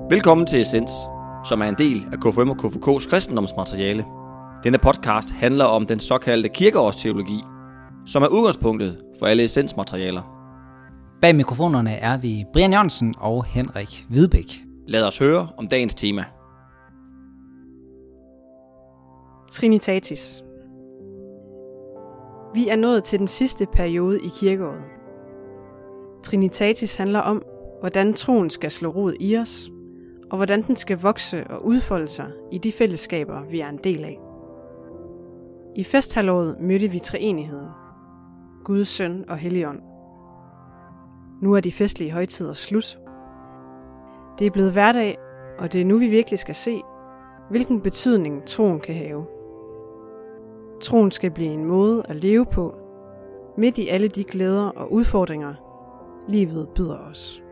Velkommen til Essens, som er en del af KFM og KFK's kristendomsmateriale. Denne podcast handler om den såkaldte kirkeårsteologi, som er udgangspunktet for alle essensmaterialer. Bag mikrofonerne er vi Brian Jørgensen og Henrik Hvidbæk. Lad os høre om dagens tema. Trinitatis. Vi er nået til den sidste periode i kirkeåret. Trinitatis handler om, hvordan troen skal slå rod i os, og hvordan den skal vokse og udfolde sig i de fællesskaber, vi er en del af. I festhalvåret mødte vi treenigheden, Guds Søn og Helligånd. Nu er de festlige højtider slut. Det er blevet hverdag, og det er nu, vi virkelig skal se, hvilken betydning troen kan have. Troen skal blive en måde at leve på, midt i alle de glæder og udfordringer, livet byder os.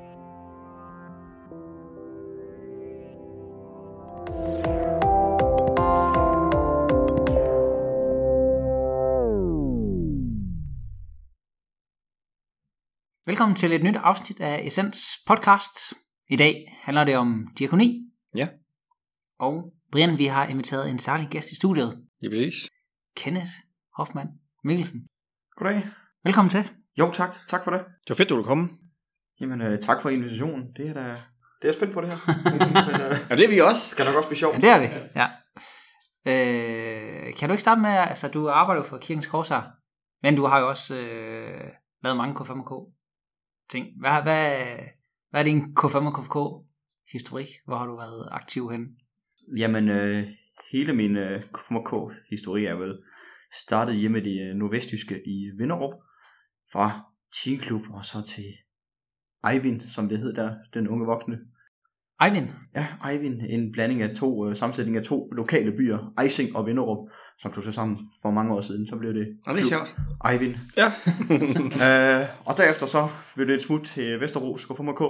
Velkommen til et nyt afsnit af Essens podcast. I dag handler det om diakoni. Ja. Og Brian, vi har inviteret en særlig gæst i studiet. Ja, præcis. Kenneth Hoffmann Mikkelsen. Goddag. Velkommen til. Jo, tak. Tak for det. Det var fedt, du ville komme. Jamen, tak for invitationen. Det er jeg spændt på det her. Ja, det er vi også. Skal nok også blive sjovt. Ja, det er vi. Ja. Kan du ikke starte med, altså du arbejder jo for Kirkens Korshær, men du har jo også lavet mange KFM&K ting. Hvad er din KFM og KFK historik? Hvor har du været aktiv hen? Jamen, hele min KFM&K historik er vel startet hjemme i det nordvestjyske i Vinderup. Fra teenklub og så til Eivind, som det hed der, den unge voksne. Eivind? Ja, Eivind. En blanding af sammensætning af to lokale byer, Ejsing og Vinderup, som tog sig sammen for mange år siden. Så blev det det er sjovt. Eivind. Ja. Og derefter så blev det et smut til Vesterbros KFM&K,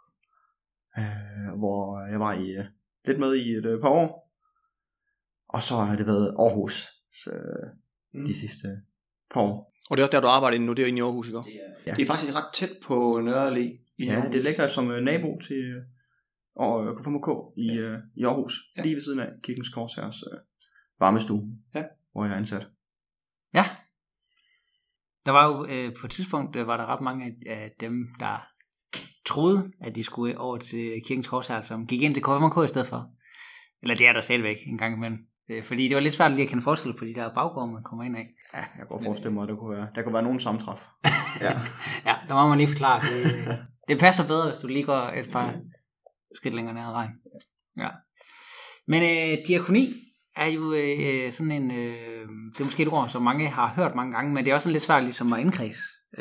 hvor jeg var lidt med i et par år. Og så har det været Aarhus de sidste par år. Og det er også der, du arbejder nu, det er inde i Aarhus, ikke? Ja. Det er faktisk ret tæt på Nørre Allé. Ja, det ligger som nabo til KFM&K i Aarhus, lige ved siden af Kirkens Korshærs varmestue, hvor jeg er ansat. Ja. Der var jo på et tidspunkt, var der ret mange af dem, der troede, at de skulle over til Kirkens Korshær, som gik ind til KFM&K i stedet for. Eller det er der stadigvæk en gang imellem. Fordi det var lidt svært lige at kende forskel på de der baggårde, man kommer ind af. Ja, jeg kan godt forestille mig, at der kunne være nogen sammentræf. Ja, der må man lige forklare. Det passer bedre, hvis du lige går et par skridt længere ned ad vejen. Ja. Men diakoni er jo sådan en, det er måske et ord, som mange har hørt mange gange, men det er også sådan lidt svært ligesom at indkredse.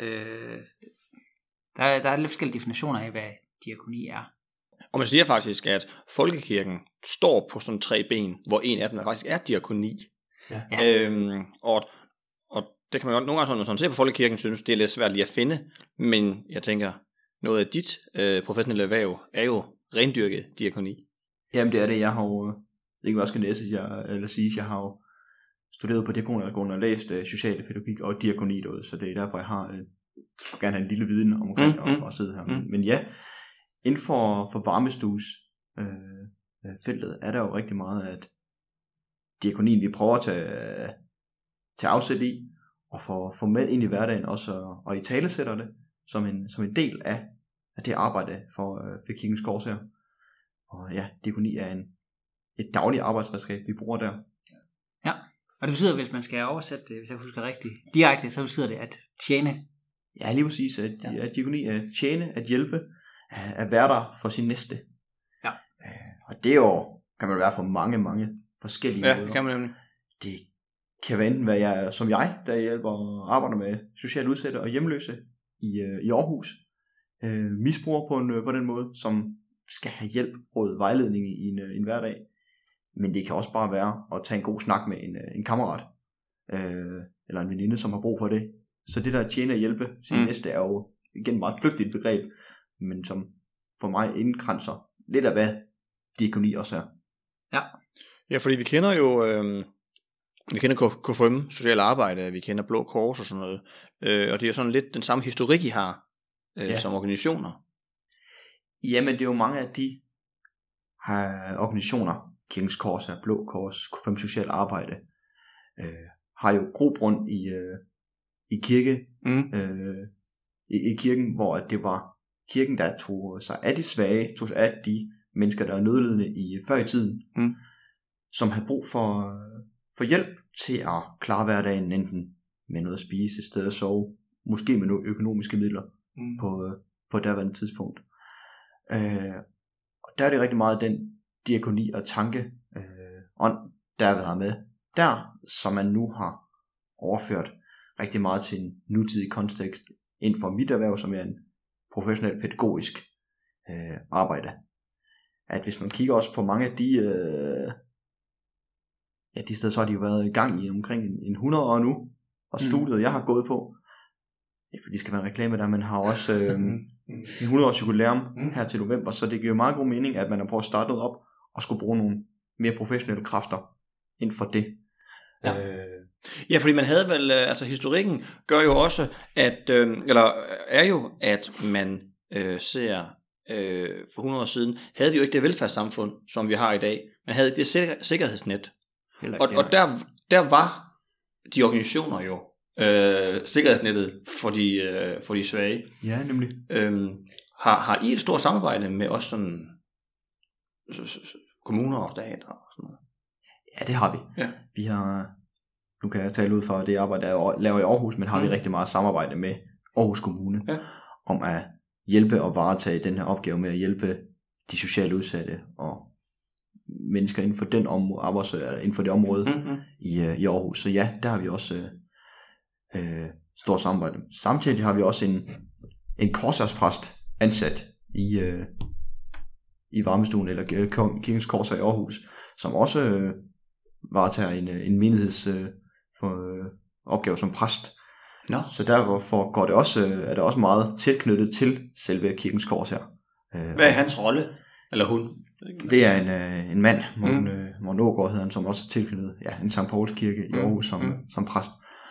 Der er lidt forskellige definitioner af, hvad diakoni er. Og man siger faktisk, at folkekirken står på sådan 3 ben, hvor en af dem faktisk er diakoni. Ja. Og det kan man godt nogle gange, når man ser på folkekirken, synes det er lidt svært lige at finde. Men jeg tænker, noget af dit professionelle erhverv er jo rendyrket diakoni. Jamen det er det. Jeg har jo ikke hvad skal jeg har jo studeret på diakonerskolen og læst socialpædagogik og diakoni derude, så det er derfor jeg har gerne have en lille viden omkring og sidde her. Men ja, inden for varmestues feltet er der jo rigtig meget at diakonien vi prøver at tage afsæt i og få med ind i hverdagen også og italesætter det som en del af det arbejde for Kirkens Korshær. Og ja, diakoni er et dagligt arbejdsredskab vi bruger der. Ja, og det betyder, hvis man skal oversætte det, hvis jeg husker rigtigt, direkte, så betyder det at tjene. Ja, lige præcis, at diakoni er tjene, at hjælpe, at være der for sin næste. Ja. Og det jo, kan man være på mange, mange forskellige måder. Ja, kan man nemlig. Det kan være enten være jeg, som jeg, der hjælper og arbejder med socialt udsatte og hjemløse i Aarhus. Misbrugere på den måde, som skal have hjælp, råd, vejledning i en hverdag. Men det kan også bare være at tage en god snak med en kammerat, eller en veninde, som har brug for det. Så det der tjene og hjælpe sin næste er jo igen et meget flygtigt begreb, men som for mig indkranser lidt af hvad diakoni også er. Ja, fordi vi kender jo vi kender KFM, sociale arbejde, vi kender Blå Kors og sådan noget, og det er jo sådan lidt den samme historik I har som organisationer. Jamen det er jo mange af de har organisationer, Kirkens Korshær, Blå Kors, K5 Social Arbejde, har jo grobund i kirke, i kirken, hvor det var kirken, der tog sig af de svage, tog sig af de mennesker, der er nødlidende i før i tiden, som havde brug for hjælp til at klare hverdagen, enten med noget at spise, et sted at sove, måske med nogle økonomiske midler på derværende tidspunkt. Og der er det rigtig meget den diakoni og tanke ånd, der har været med der, som man nu har overført rigtig meget til en nutidig kontekst inden for mit erhverv, som er en professionel pædagogisk arbejde. At hvis man kigger også på mange af de steder, så har de jo været i gang i omkring en 100 år nu, og studiet jeg har gået på, for de skal være en reklame der, man har også en 100 års jubilæum her til november, så det giver jo meget god mening, at man har prøvet at starte op og skulle bruge nogle mere professionelle kræfter inden for det. Ja, fordi man havde vel, altså historikken gør jo også, at, er jo, at man ser, for 100 år siden, havde vi jo ikke det velfærdssamfund, som vi har i dag. Man havde ikke det sikkerhedsnet. Og der var de organisationer jo sikkerhedsnettet for de svage. Ja, nemlig. Har I et stort samarbejde med også sådan kommuner og stat og sådan noget? Ja, det har vi. Ja. Vi har, nu kan jeg tale ud fra det arbejde, jeg laver i Aarhus, men har vi rigtig meget samarbejde med Aarhus Kommune om at hjælpe og varetage den her opgave med at hjælpe de socialt udsatte og mennesker inden for inden for det område i Aarhus. Så ja, der har vi også stort samarbejde. Samtidig har vi også en korsærspræst ansat i varmestuen eller Kirkens Korshær i Aarhus, som også varetager en menigheds opgave som præst. No. Så derfor går det også, er det også meget tilknyttet til selve Kirkens Korshær. Hvad er hans rolle? Eller hun? Det er en mand, Morten Ågaard hedder han, som også er tilknyttet en St. Pauls kirke i Aarhus som præst.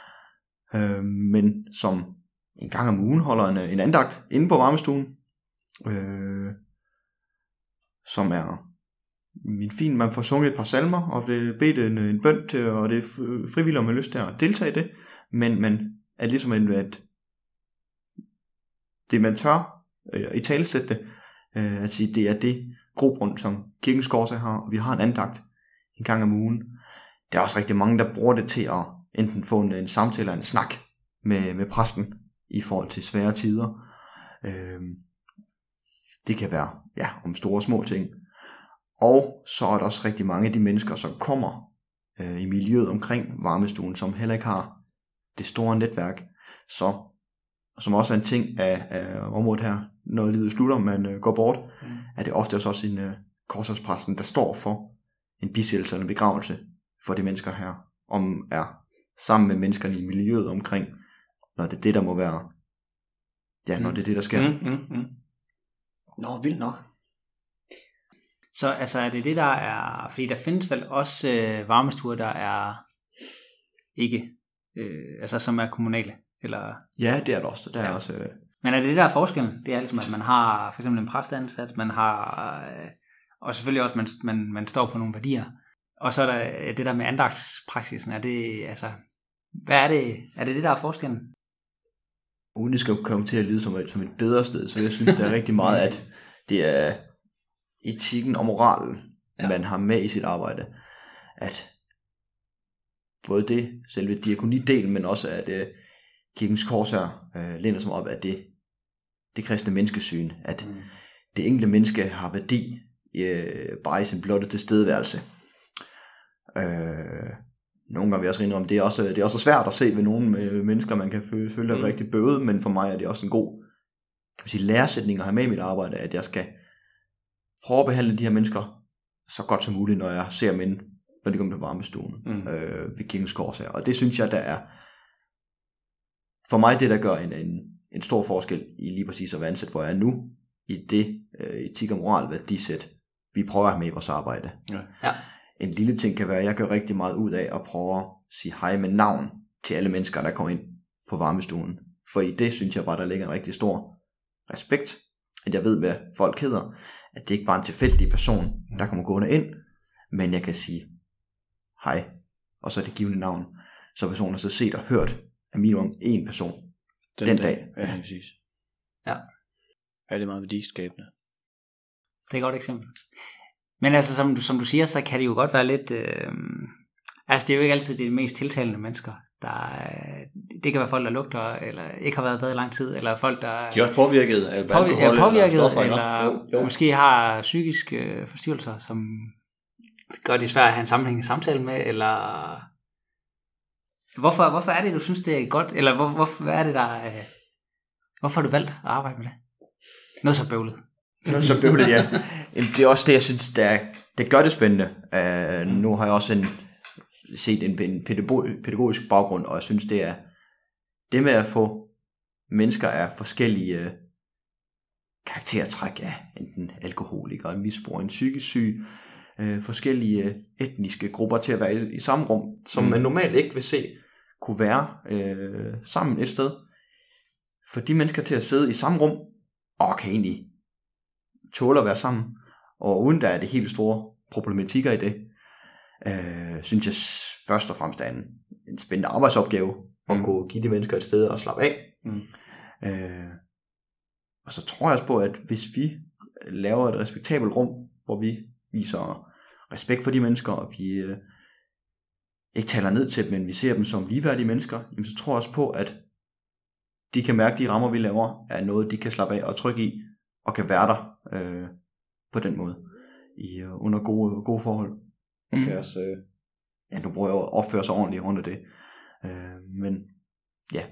Men som en gang om ugen holder en andagt inde på varmestuen, som er fint, man får sunget et par salmer, og det bedt en bøn til, og det er frivilligt, om man har lyst til at deltage i det, men er ligesom at det man tør i talesætte det, at sige, det er det grobund, som Kirkens Korshær har, og vi har en andagt en gang om ugen. Der er også rigtig mange, der bruger det til at enten få en samtale eller en snak med præsten i forhold til svære tider. Det kan være om store og små ting. Og så er der også rigtig mange af de mennesker, som kommer i miljøet omkring varmestuen, som heller ikke har det store netværk, som også er en ting af området her. Når livet slutter, man går bort, er det ofte også en korsærspræsten, der står for en bisættelse eller en begravelse for de mennesker her, om er sammen med menneskerne i miljøet omkring, når det er det, der må være, når det er det, der sker. Nå, vildt nok. Så altså er det der er, fordi der findes vel også varmestuer, der er ikke, altså som er kommunale, eller? Ja, det er der også. Der er også. Men er det der er forskellen? Det er ligesom, at man har for eksempel en præsteansat, man har, og selvfølgelig også, man står på nogle værdier. Og så er der det der med andagtspraksisen, er det, altså, hvad er det? Er det der er forskellen? Uden det skal komme til at lyde som et bedre sted, så jeg synes, det er rigtig meget, at det er etikken og moralen, man har med i sit arbejde. At både det, selve diakonidelen, men også at Kirkens Korshær læner sig op, at det kristne menneskesyn, at det enkelte menneske har værdi bare i sin blotte tilstedeværelse. Nogle gange vil jeg også rinde om, det er også svært at se ved nogle mennesker, man kan føle det rigtig bøvet, men for mig er det også en god, kan man sige, læresætning at have med i mit arbejde, at jeg skal prøve at behandle de her mennesker så godt som muligt, når jeg ser dem ind, når de kommer til varmestuen ved Kirkens Korshær. Og det synes jeg, der er for mig det, der gør en stor forskel i lige præcis at være ansat, hvor jeg er nu, i det etik og moral værdisæt, vi prøver at have med i vores arbejde. Ja. En lille ting kan være, at jeg gør rigtig meget ud af at prøve at sige hej med navn til alle mennesker, der kommer ind på varmestuen. For i det synes jeg bare, der ligger en rigtig stor respekt, at jeg ved, hvad folk hedder. At det ikke bare er en tilfældig person, der kommer gående ind, men jeg kan sige hej, og så er det givende navn. Så personen har så set og hørt af minimum en person den dag. Ja, præcis. Ja. Ja, det er meget værdiskabende. Det er et godt eksempel. Men altså, som du siger, så kan det jo godt være lidt... altså, det er jo ikke altid de mest tiltalende mennesker. Det kan være folk, der lugter, eller ikke har været bad i lang tid, eller folk, der... De er også påvirket af alkohol, påvirket, eller jo. Måske har psykiske forstyrrelser, som gør det svært at have en sammenhængende samtale med, eller... Hvorfor er det, du synes, det er godt? Eller hvorfor er det, hvorfor har du valgt at arbejde med det? Noget så bøvlet. Noget så bøvlet, ja. Det er også det, jeg synes, det gør det spændende. Nu har jeg også set en pædagogisk baggrund, og jeg synes, det er det med at få mennesker af forskellige karaktertræk af enten alkoholikere, misbrug, en psykisk syg, forskellige etniske grupper til at være i samme rum, som man normalt ikke vil se kunne være sammen et sted. For de mennesker til at sidde i samme rum, og kan egentlig tåle at være sammen, og uden der er det helt store problematikker i det, synes jeg først og fremmest er en spændende arbejdsopgave, at gå give de mennesker et sted og slappe af. Og så tror jeg også på, at hvis vi laver et respektabelt rum, hvor vi viser respekt for de mennesker, og vi ikke taler ned til dem, men vi ser dem som ligeværdige mennesker, jamen så tror jeg også på, at de kan mærke, at de rammer, vi laver, er noget, de kan slappe af og trykke i, og kan være der på den måde, under gode forhold. Og kan også, nu bruger jeg at opføre sig ordentligt under det. Men ja.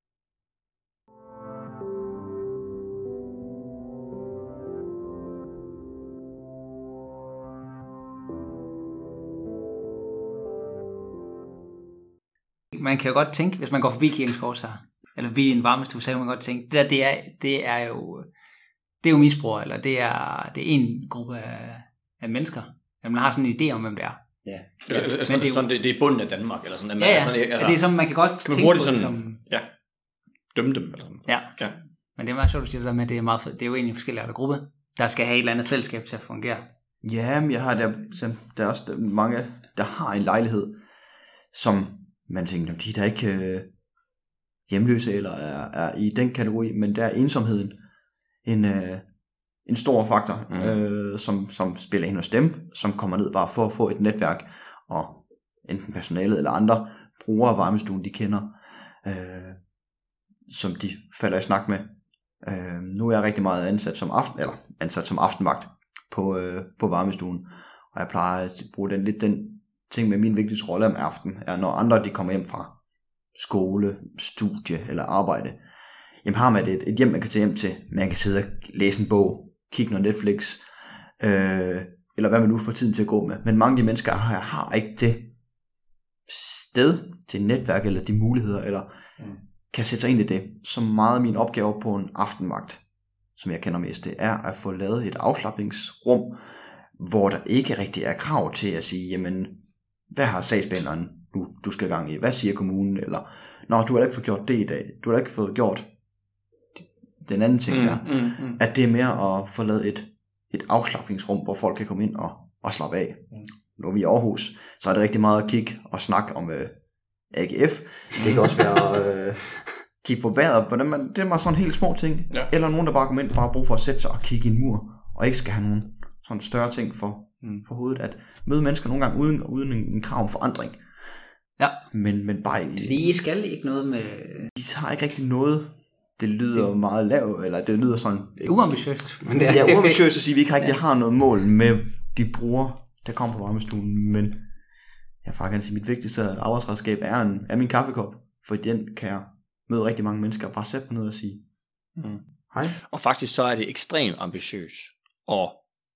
Man kan jo godt tænke, hvis man går forbi Kirkens Korshær, eller forbi en varmestue, så kan man godt tænke, det er jo misbrug, eller det er en gruppe af mennesker. Man har sådan en idé om, hvem det er. Ja. Men det er bunden af Danmark, eller sådan. Det er som, man kan godt tænke på det sådan, som... Ja, dømme dem, eller sådan. Ja. Men det er meget sjovt, du siger det der med, at det er jo egentlig forskellige grupper, der skal have et eller andet fællesskab til at fungere. Ja, men der er også mange, der har en lejlighed, som man tænker, de der ikke hjemløse, eller er i den kategori, men der er ensomheden en stor faktor, som spiller ind hos dem, som kommer ned bare for at få et netværk, og enten personalet eller andre brugere af varmestuen, de kender, som de falder i snak med. Nu er jeg rigtig meget ansat som aftenvagt på varmestuen, og jeg plejer at bruge den ting med min vigtigste rolle om aftenen, er når andre de kommer hjem fra skole, studie eller arbejde, jamen har man et hjem, man kan tage hjem til. Man kan sidde og læse en bog, kigge noget Netflix, eller hvad man nu får tiden til at gå med. Men mange af de mennesker har ikke det sted til netværk, eller de muligheder, eller kan sætte sig ind i det. Så meget af min opgave på en aftenvagt, som jeg kender mest, det er at få lavet et afslapningsrum, hvor der ikke rigtig er krav til at sige, jamen, hvad har sagsbehandleren nu, du skal i gang i? Hvad siger kommunen? Eller, nå, du har ikke fået gjort det i dag. Du har ikke fået gjort den anden ting der. At det er mere at få lavet et afslapningsrum, hvor folk kan komme ind og slappe af. Nu er vi i Aarhus, så er det rigtig meget at kigge og snakke om AGF. Det kan også være at kigge på vejret. Det er meget sådan helt små ting. Ja. Eller nogen, der bare kommer ind og bare har brug for at sætte sig og kigge i en mur, og ikke skal have nogen sådan større ting for hovedet. At møde mennesker nogle gange uden en krav om forandring. Ja. Men bare I skal ikke noget med... De har ikke rigtig noget. Det lyder meget lavt, eller det lyder sådan... Uambitiøst. Men det er uambitiøst at sige, at vi ikke rigtig har noget mål med de brugere, der kommer på varmestuen. Men jeg vil bare gerne sige, at mit vigtigste arbejdsredskab er min kaffekop. For den kan jeg møde rigtig mange mennesker, bare sætte mig ned og sige hej. Og faktisk så er det ekstremt ambitiøst og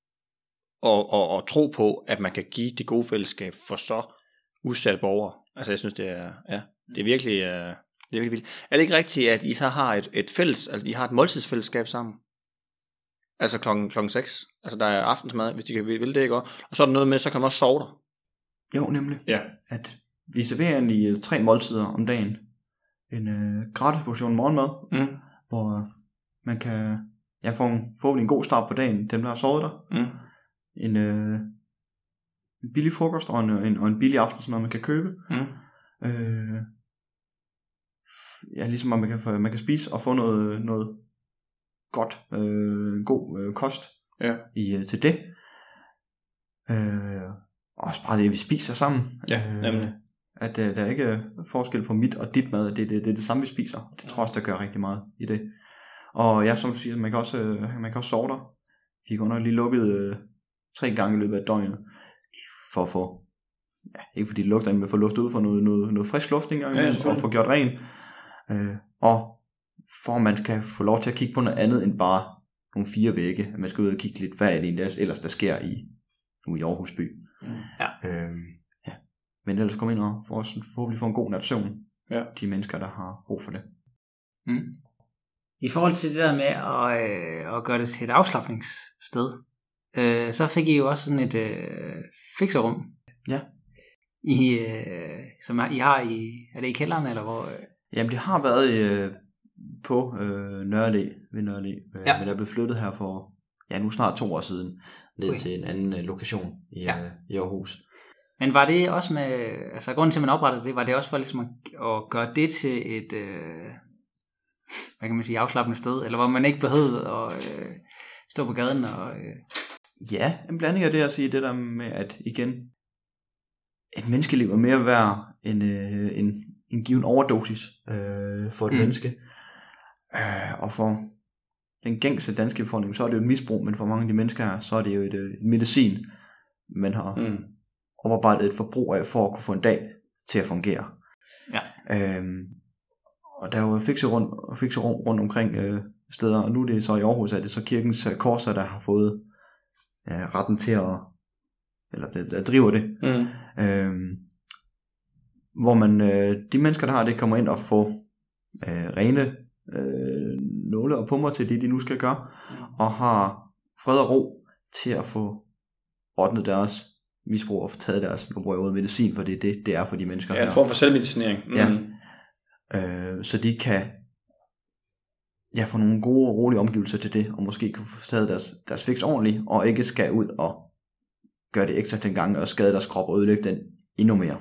tro på, at man kan give det gode fællesskab for så udsatte borgere. Altså jeg synes, det er virkelig... Det er virkelig vildt. Er det ikke rigtigt, at I så har et fælles, altså I har et måltidsfællesskab sammen? Altså klokken 6. Altså der er aftensmad, hvis de vil det, ikke? Og så er der noget med, så kan man også sove der. Jo, nemlig. Ja. At vi serverer egentlig 3 måltider om dagen. En gratis portion morgenmad, hvor man kan jeg får forhåbentlig en god start på dagen, dem der har sovet der. En billig frokost og en billig aftensmad, man kan købe. Ja, ligesom at man kan spise og få noget godt, god kost til det. Og også bare det, vi spiser sammen. At der er ikke forskel på mit og dit mad. Det er det samme, vi spiser. Det tror jeg også, der gør rigtig meget i det. Og ja, som du siger, man kan også sove der. Vi har godt lige lukket 3 gange i løbet af døgnet. For at få, ikke fordi det lugter, men for luft ud for noget frisk luft engang, og få gjort ren. Og for at man kan få lov til at kigge på noget andet end bare nogle 4 vægge. At man skal ud og kigge lidt, hvad er det ellers der sker i Aarhus by. Men ellers komme ind og forhåbentlig få en god nation. De mennesker, der har brug for det. I forhold til det der med at gøre det til et afslapningssted, så fik I jo også sådan et fikserum. Ja. Som I har er det i kælderen, eller hvor? Jamen det har været på Nørre ved Nørre men der er blevet flyttet her for nu snart 2 år siden ned til en anden lokation i Aarhus. Men var det også med, altså grunden til at man oprettede det, var det også for ligesom at gøre det til et hvad kan man sige, afslappende sted, eller hvor man ikke behøvede at stå på gaden og Ja, en blanding af det at sige det der med at igen et menneskeliv er mere værd end en given overdosis for et menneske. Og for den gængse danske befolkning, så er det jo et misbrug, men for mange af de mennesker her, så er det jo et medicin, man har oparbejdet et forbrug af, for at kunne få en dag til at fungere. Og der er jo fikserum rundt omkring steder, og nu er det så i Aarhus, er det så Kirkens Korser, der har fået retten til eller der driver det. Hvor man, de mennesker, der har det, kommer ind og får rene nåle og pumper til det, de nu skal gøre, og har fred og ro til at få ordnet deres misbrug og få taget deres, nu bruger jeg ordet medicin, for det er for de mennesker. Ja, en form for selvmedicinering. Så de kan få nogle gode og rolige omgivelser til det, og måske kan få taget deres fix ordentligt, og ikke skal ud og gøre det ekstra den gang, og skade deres krop og ødelægge den endnu mere.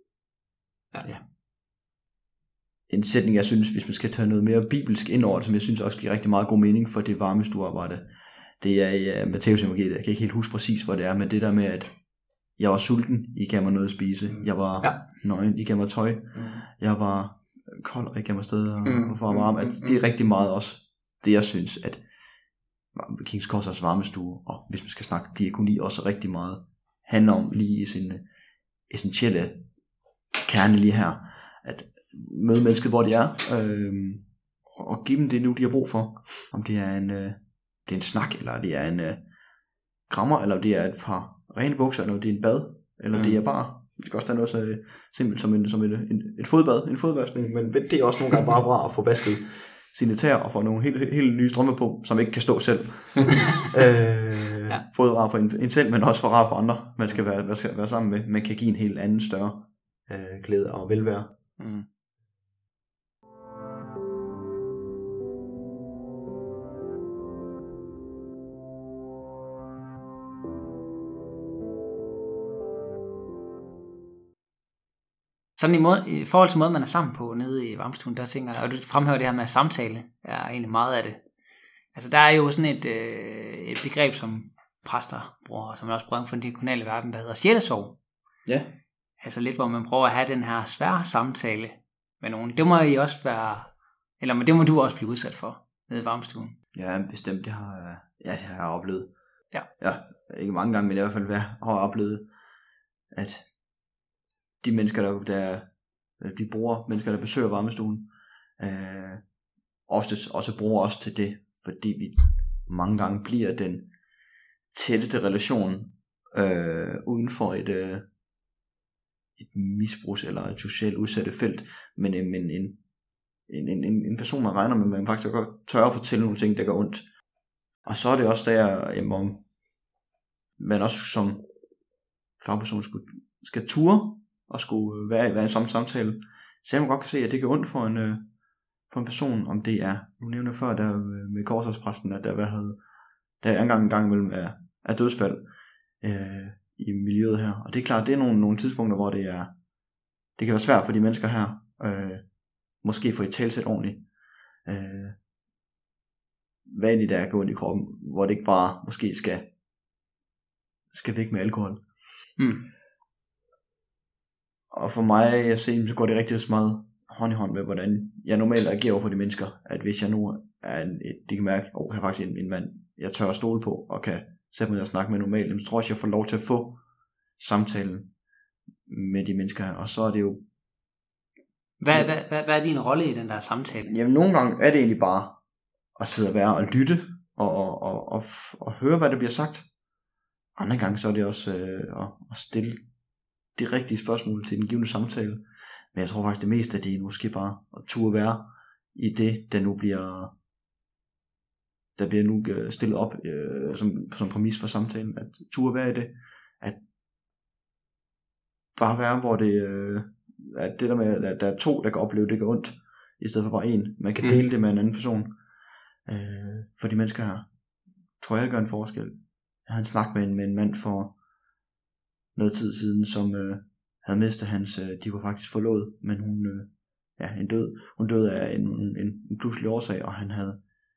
En sætning, jeg synes, hvis man skal tage noget mere bibelsk ind over det, som jeg synes også giver rigtig meget god mening for det varmestuearbejde, det er i Matteus evangeliet. Jeg kan ikke helt huske præcis, hvor det er, men det der med, at jeg var sulten, I gav mig noget at spise. Jeg var nøgen, I gav mig tøj. Jeg var kold, og I gav mig steder og for varme. At det er rigtig meget også det, jeg synes, at Kings Korsers varmestue, og hvis man skal snakke diakoni, også rigtig meget handler om lige i sin essentielle kerne lige her, at møde mennesket, hvor de er, og give dem det nu, de har brug for. Om det er en snak, eller det er en krammer, eller det er et par rene bukser, eller det er en bad, eller det er bare, det kan også være noget så simpelt som et fodbad, en fodvaskning, men det er også nogle gange bare bra at få vasket sine tæer, og få nogle helt nye strømper på, som ikke kan stå selv. Både rar for en selv, men også for rar for andre, man skal være sammen med. Man kan give en helt anden større glæde og velvære. Sådan i forhold til måden, man er sammen på nede i varmestuen, der tænker jeg, og du fremhæver det her med samtale, er egentlig meget af det. Altså der er jo sådan et begreb, som præster bruger, og som man også bruger for den diakonale verden, der hedder sjælesorg. Ja. Altså lidt, hvor man prøver at have den her svære samtale med nogen. Det må I også være, eller det må du også blive udsat for nede i varmestuen. Ja, bestemt. Det har jeg oplevet. Ja, ikke mange gange, men i hvert fald har oplevet, at de mennesker, de bruger, mennesker, der besøger varmestuen, oftest også bruger os til det, fordi vi mange gange bliver den tætteste relation uden for et misbrugs- eller et socialt udsatte felt, men en person, man regner med, man faktisk godt tør at fortælle nogle ting, der gør ondt. Og så er det også der, hvor man også som fagperson skal ture og skulle være i en samme samtale, så man godt kan se, at det gør ondt for for en person, om det er, nu nævner jeg før, der med Korsarspræsten, at der er en gang imellem er dødsfald i miljøet her. Og det er klart, det er nogle tidspunkter, hvor det kan være svært for de mennesker her, måske få et talsæt ordentligt, hvad egentlig der er gået i kroppen, hvor det ikke bare måske skal væk med alkohol. Og for mig, jeg ser, så går det rigtig meget hånd i hånd med, hvordan jeg normalt agerer over for de mennesker. At hvis jeg nu er de kan mærke, jeg er faktisk en mand, jeg tør at stole på, og kan sætte mig ned og snakke med normalt, så tror jeg, jeg får lov til at få samtalen med de mennesker her. Og så er det jo... Hvad er din rolle i den der samtale? Jamen, nogle gange er det egentlig bare at sidde og være og lytte, og høre, hvad der bliver sagt. Andre gange så er det også at stille de rigtige spørgsmål til den givende samtale. Men jeg tror faktisk det meste af det er måske bare at turde være i det, der bliver nu stillet op som præmis for samtalen. At turde være i det. At bare være, hvor det at det der med, at der er to, der kan opleve det gør ondt, i stedet for bare en. Man kan dele det med en anden person. For de mennesker her, tror jeg, det gør en forskel. Jeg havde en snak med en mand for noget tid siden, som havde mistet hans, de var faktisk forlovet, men hun døde af en pludselig årsag, og han havde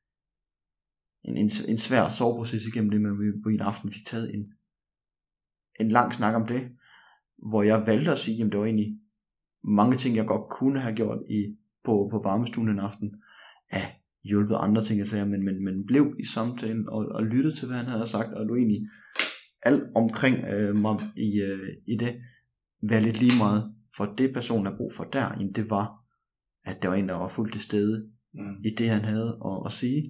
en svær soveproces igennem det, men vi på en aften fik taget en lang snak om det, hvor jeg valgte at sige, at det var egentlig mange ting, jeg godt kunne have gjort på varmestuen en aften, af hjulpet andre ting, jeg sagde, men blev i samtalen og lyttede til, hvad han havde sagt, og du egentlig alt omkring mig i det, være lidt lige meget for det person, der brug for der, jamen det var, at der var en, der var fuldt til stede i det, han havde at sige.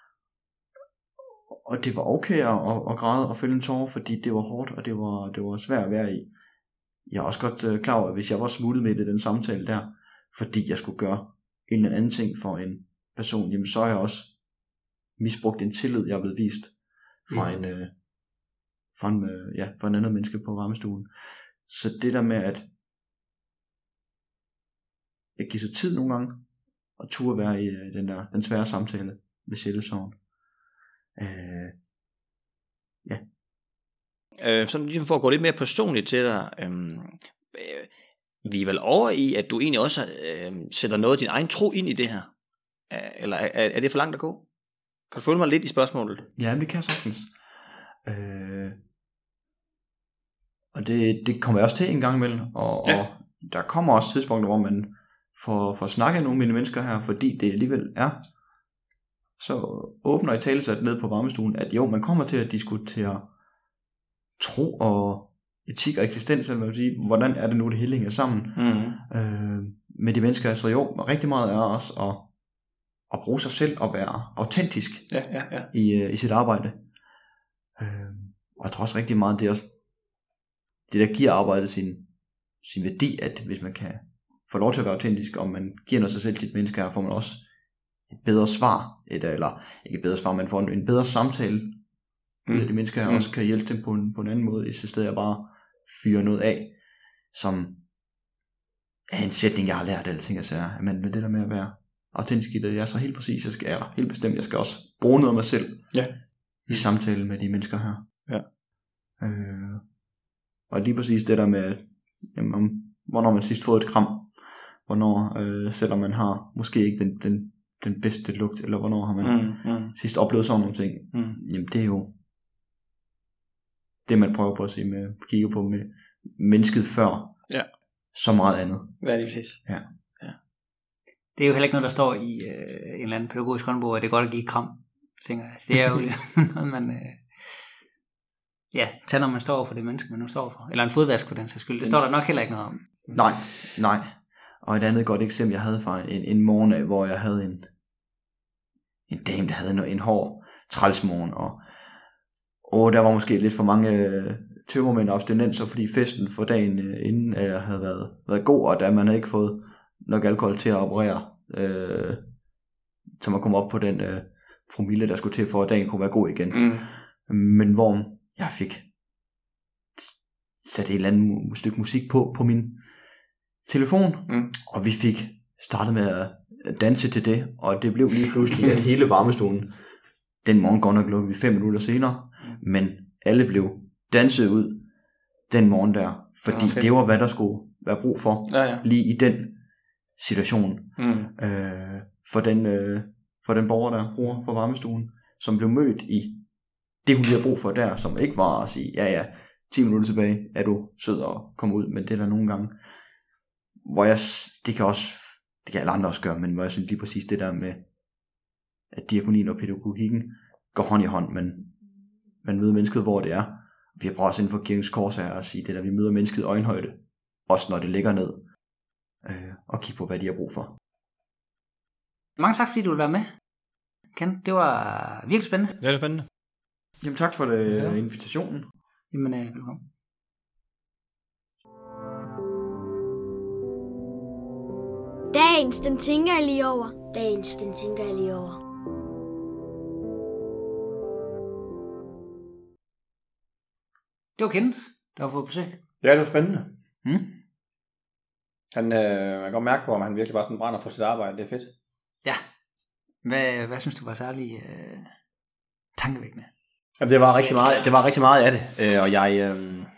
Og det var okay at græde og fælde en tårer, fordi det var hårdt, og det var svært at være i. Jeg er også godt klar over, at hvis jeg var smuttet med det, den samtale der, fordi jeg skulle gøre en eller anden ting for en person, jamen så har jeg også misbrugt en tillid, jeg er blevet vist fra en anden menneske på varmestuen. Så det der med at give sig tid nogle gange, og turde være i den svære samtale med sjælesorgen. Sådan ligesom for at gå lidt mere personligt til dig, vi er vel over i, at du egentlig også sætter noget af din egen tro ind i det her? Eller er det for langt at gå? Kan du følge mig lidt i spørgsmålet? Ja, det kan jeg sagtens. Og det kommer jeg også til en gang imellem. Og der kommer også tidspunkter, hvor man får snakket nogle af mine mennesker her, fordi det alligevel er så åbner i talesat ned på varmestuen, at jo, man kommer til at diskutere tro og etik og eksistens, eller hvad man sige, hvordan er det nu, det hele hænger sammen med de mennesker. Så jo, rigtig meget er også at bruge sig selv og være autentisk i sit arbejde. Og jeg tror også rigtig meget, det er også det, der giver arbejdet sin værdi, at hvis man kan få lov til at være autentisk, og man giver noget sig selv til et menneske her, får man også et bedre svar, eller ikke et bedre svar, men får en bedre samtale, at de mennesker her også kan hjælpe dem på en anden måde, i stedet for bare fyre noget af, som er en sætning, jeg har lært, eller ting, jeg siger, men med det der med at være autentisk i det, jeg er så helt præcis, jeg skal helt bestemt, jeg skal også bruge noget af mig selv i samtale med de mennesker her. Og lige præcis det der med, hvornår man sidst fået et kram, hvornår selvom man har måske ikke den bedste lugt, eller hvornår har man sidst oplevet sådan nogle ting, jamen det er jo det, man prøver på at se med, kigge på med mennesket før så meget andet. Ja, det er præcis. Ja. Det er jo heller ikke noget, der står i en eller anden pædagogisk håndbog, at det er godt at give kram, tænker jeg. Det er jo ligesom noget, man tager, når man står over for det menneske, man nu står for. Eller en fodvask for den sags skyld. Det står der nok heller ikke noget om. Nej. Og et andet godt eksempel, jeg havde fra en morgen af, hvor jeg havde en dame, der havde en hård trælsmorgen, og der var måske lidt for mange tømmermænd og abstinenser, fordi festen for dagen inden havde været god, og da man havde ikke fået nok alkohol til at operere, så man kom op på den promille, der skulle til, for at dagen kunne være god igen. Men hvor jeg fik sat et eller andet stykke musik på min telefon, og vi fik startet med danse til det, og det blev lige pludselig, at hele varmestuen, den morgen godt nok lukkede vi 5 minutter senere, men alle blev danset ud den morgen der, fordi det var, hvad der skulle være brug for, lige i den situation, for den borger, der bruger for varmestuen, som blev mødt i det, hun havde brug for der, som ikke var at sige, ja, 10 minutter tilbage, er du sød og komme ud, men det er der nogle gange, hvor det kan alle andre også gøre, men hvor jeg synes lige præcis det der med, at diakonien og pædagogikken går hånd i hånd, men man møder mennesket, hvor det er. Vi har prøvet os inden for Kirkens Kors her at sige det der, vi møder mennesket i øjenhøjde, også når det ligger ned, og kigge på, hvad de har brug for. Mange tak, fordi du ville være med, Ken. Det var virkelig spændende. Det er spændende. Jamen tak for invitationen. Jamen, velkommen. Dagens, den tænker jeg lige over. Dagens, den tænker jeg lige over. Det var Kenneth, der var på besøg. Ja, det var spændende. Man kan godt mærke på, om han virkelig bare sådan brænder for sit arbejde. Det er fedt. Ja. Hvad synes du var særlig tankevækkende? Jamen, det var rigtig meget af det. Og jeg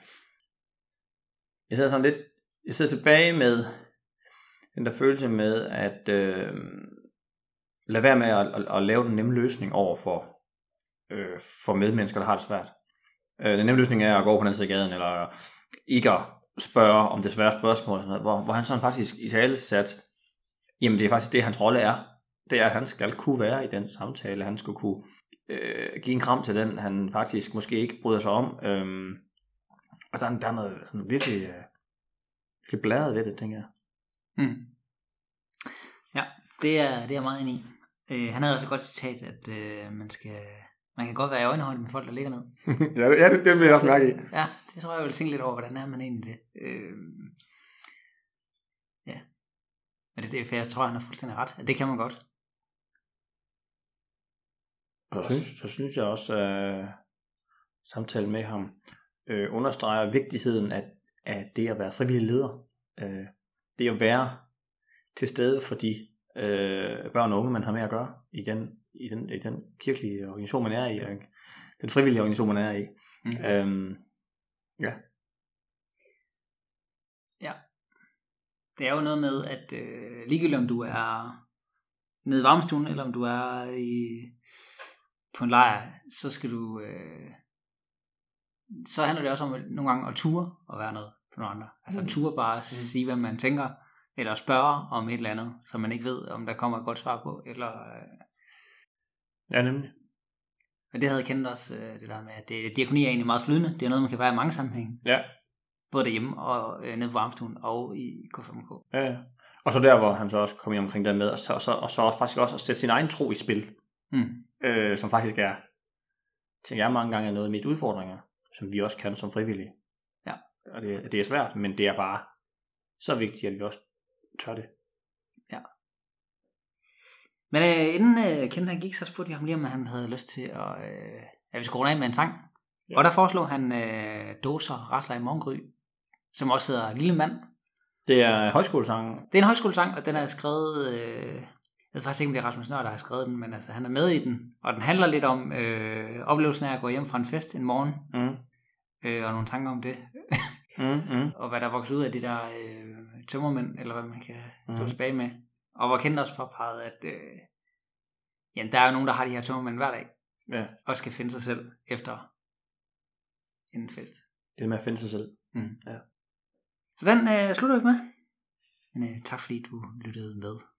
sidder sådan lidt, jeg sidder tilbage med den der følelse med at lade være med at lave den nemme løsning over for medmennesker, der har det svært. Den nemme løsning er at gå på den anden side af gaden, eller ikke at spørge om det svære spørgsmål, sådan noget, hvor han sådan faktisk i tale sat, jamen det er faktisk det, hans rolle er. Det er, at han skal kunne være i den samtale. Han skulle kunne give en kram til den, han faktisk måske ikke bryder sig om. Og der er noget sådan virkelig bladet ved det, tænker jeg. Ja, det er jeg meget enig i. Han havde også et godt citat, at man kan godt være i øjenhøjde med folk, der ligger ned. Ja, det vil jeg også mærke i. Ja, det tror jeg vil tænke lidt over, hvordan er man egentlig det. Ja. Men det er, for jeg tror, han har fuldstændig ret. At det kan man godt. Og så synes jeg også, samtalen med ham understreger vigtigheden af det at være frivillig leder. Det at være til stede for de børn og unge, man har med at gøre i den kirkelige organisation, man er i, den frivillige organisation, man er i. Ja. Ja. Det er jo noget med, at ligegyldigt om du er nede i varmestuen, eller om du er på en lejr, så skal du så handler det også om nogle gange at ture og være noget for nogle andre. Altså at ture bare at sige, hvad man tænker, eller spørge om et eller andet, som man ikke ved, om der kommer et godt svar på, eller ja, nemlig. Og det havde jeg kendt også, det der med, at diakoni er egentlig meget flydende. Det er noget, man kan være i mange sammenhænge. Ja. Både derhjemme og nede på varmestuen og i K5K. Ja. Og så der, hvor han så også kom i omkring den med, og så faktisk også at sætte sin egen tro i spil. Som faktisk er, tænker jeg mange gange, er noget af mine udfordringer, som vi også kan som frivillige. Ja. Og det er svært, men det er bare så vigtigt, at vi også tør det. Ja. Men inden Kent han gik, så spurgte vi ham lige, om han havde lyst til at vi skulle runde af med en sang. Ja. Og der foreslog han Dåser Rasler i Morgengry, som også hedder Lille Mand. Det er højskolesang. Det er en højskolesang, og den er skrevet, jeg ved faktisk ikke, om det er Rasmus Nør, der har skrevet den, men altså han er med i den. Og den handler lidt om oplevelsen af at gå hjem fra en fest en morgen, og nogle tanker om det. Og hvad der vokser ud af de der tømmermænd, eller hvad man kan stå tilbage med. Og hvor Kent også påpegede, at jamen, der er jo nogen, der har de her tømmermænd hver dag, og skal finde sig selv efter en fest. Det med at finde sig selv. Ja. Så den slutter vi med. Men tak fordi du lyttede med.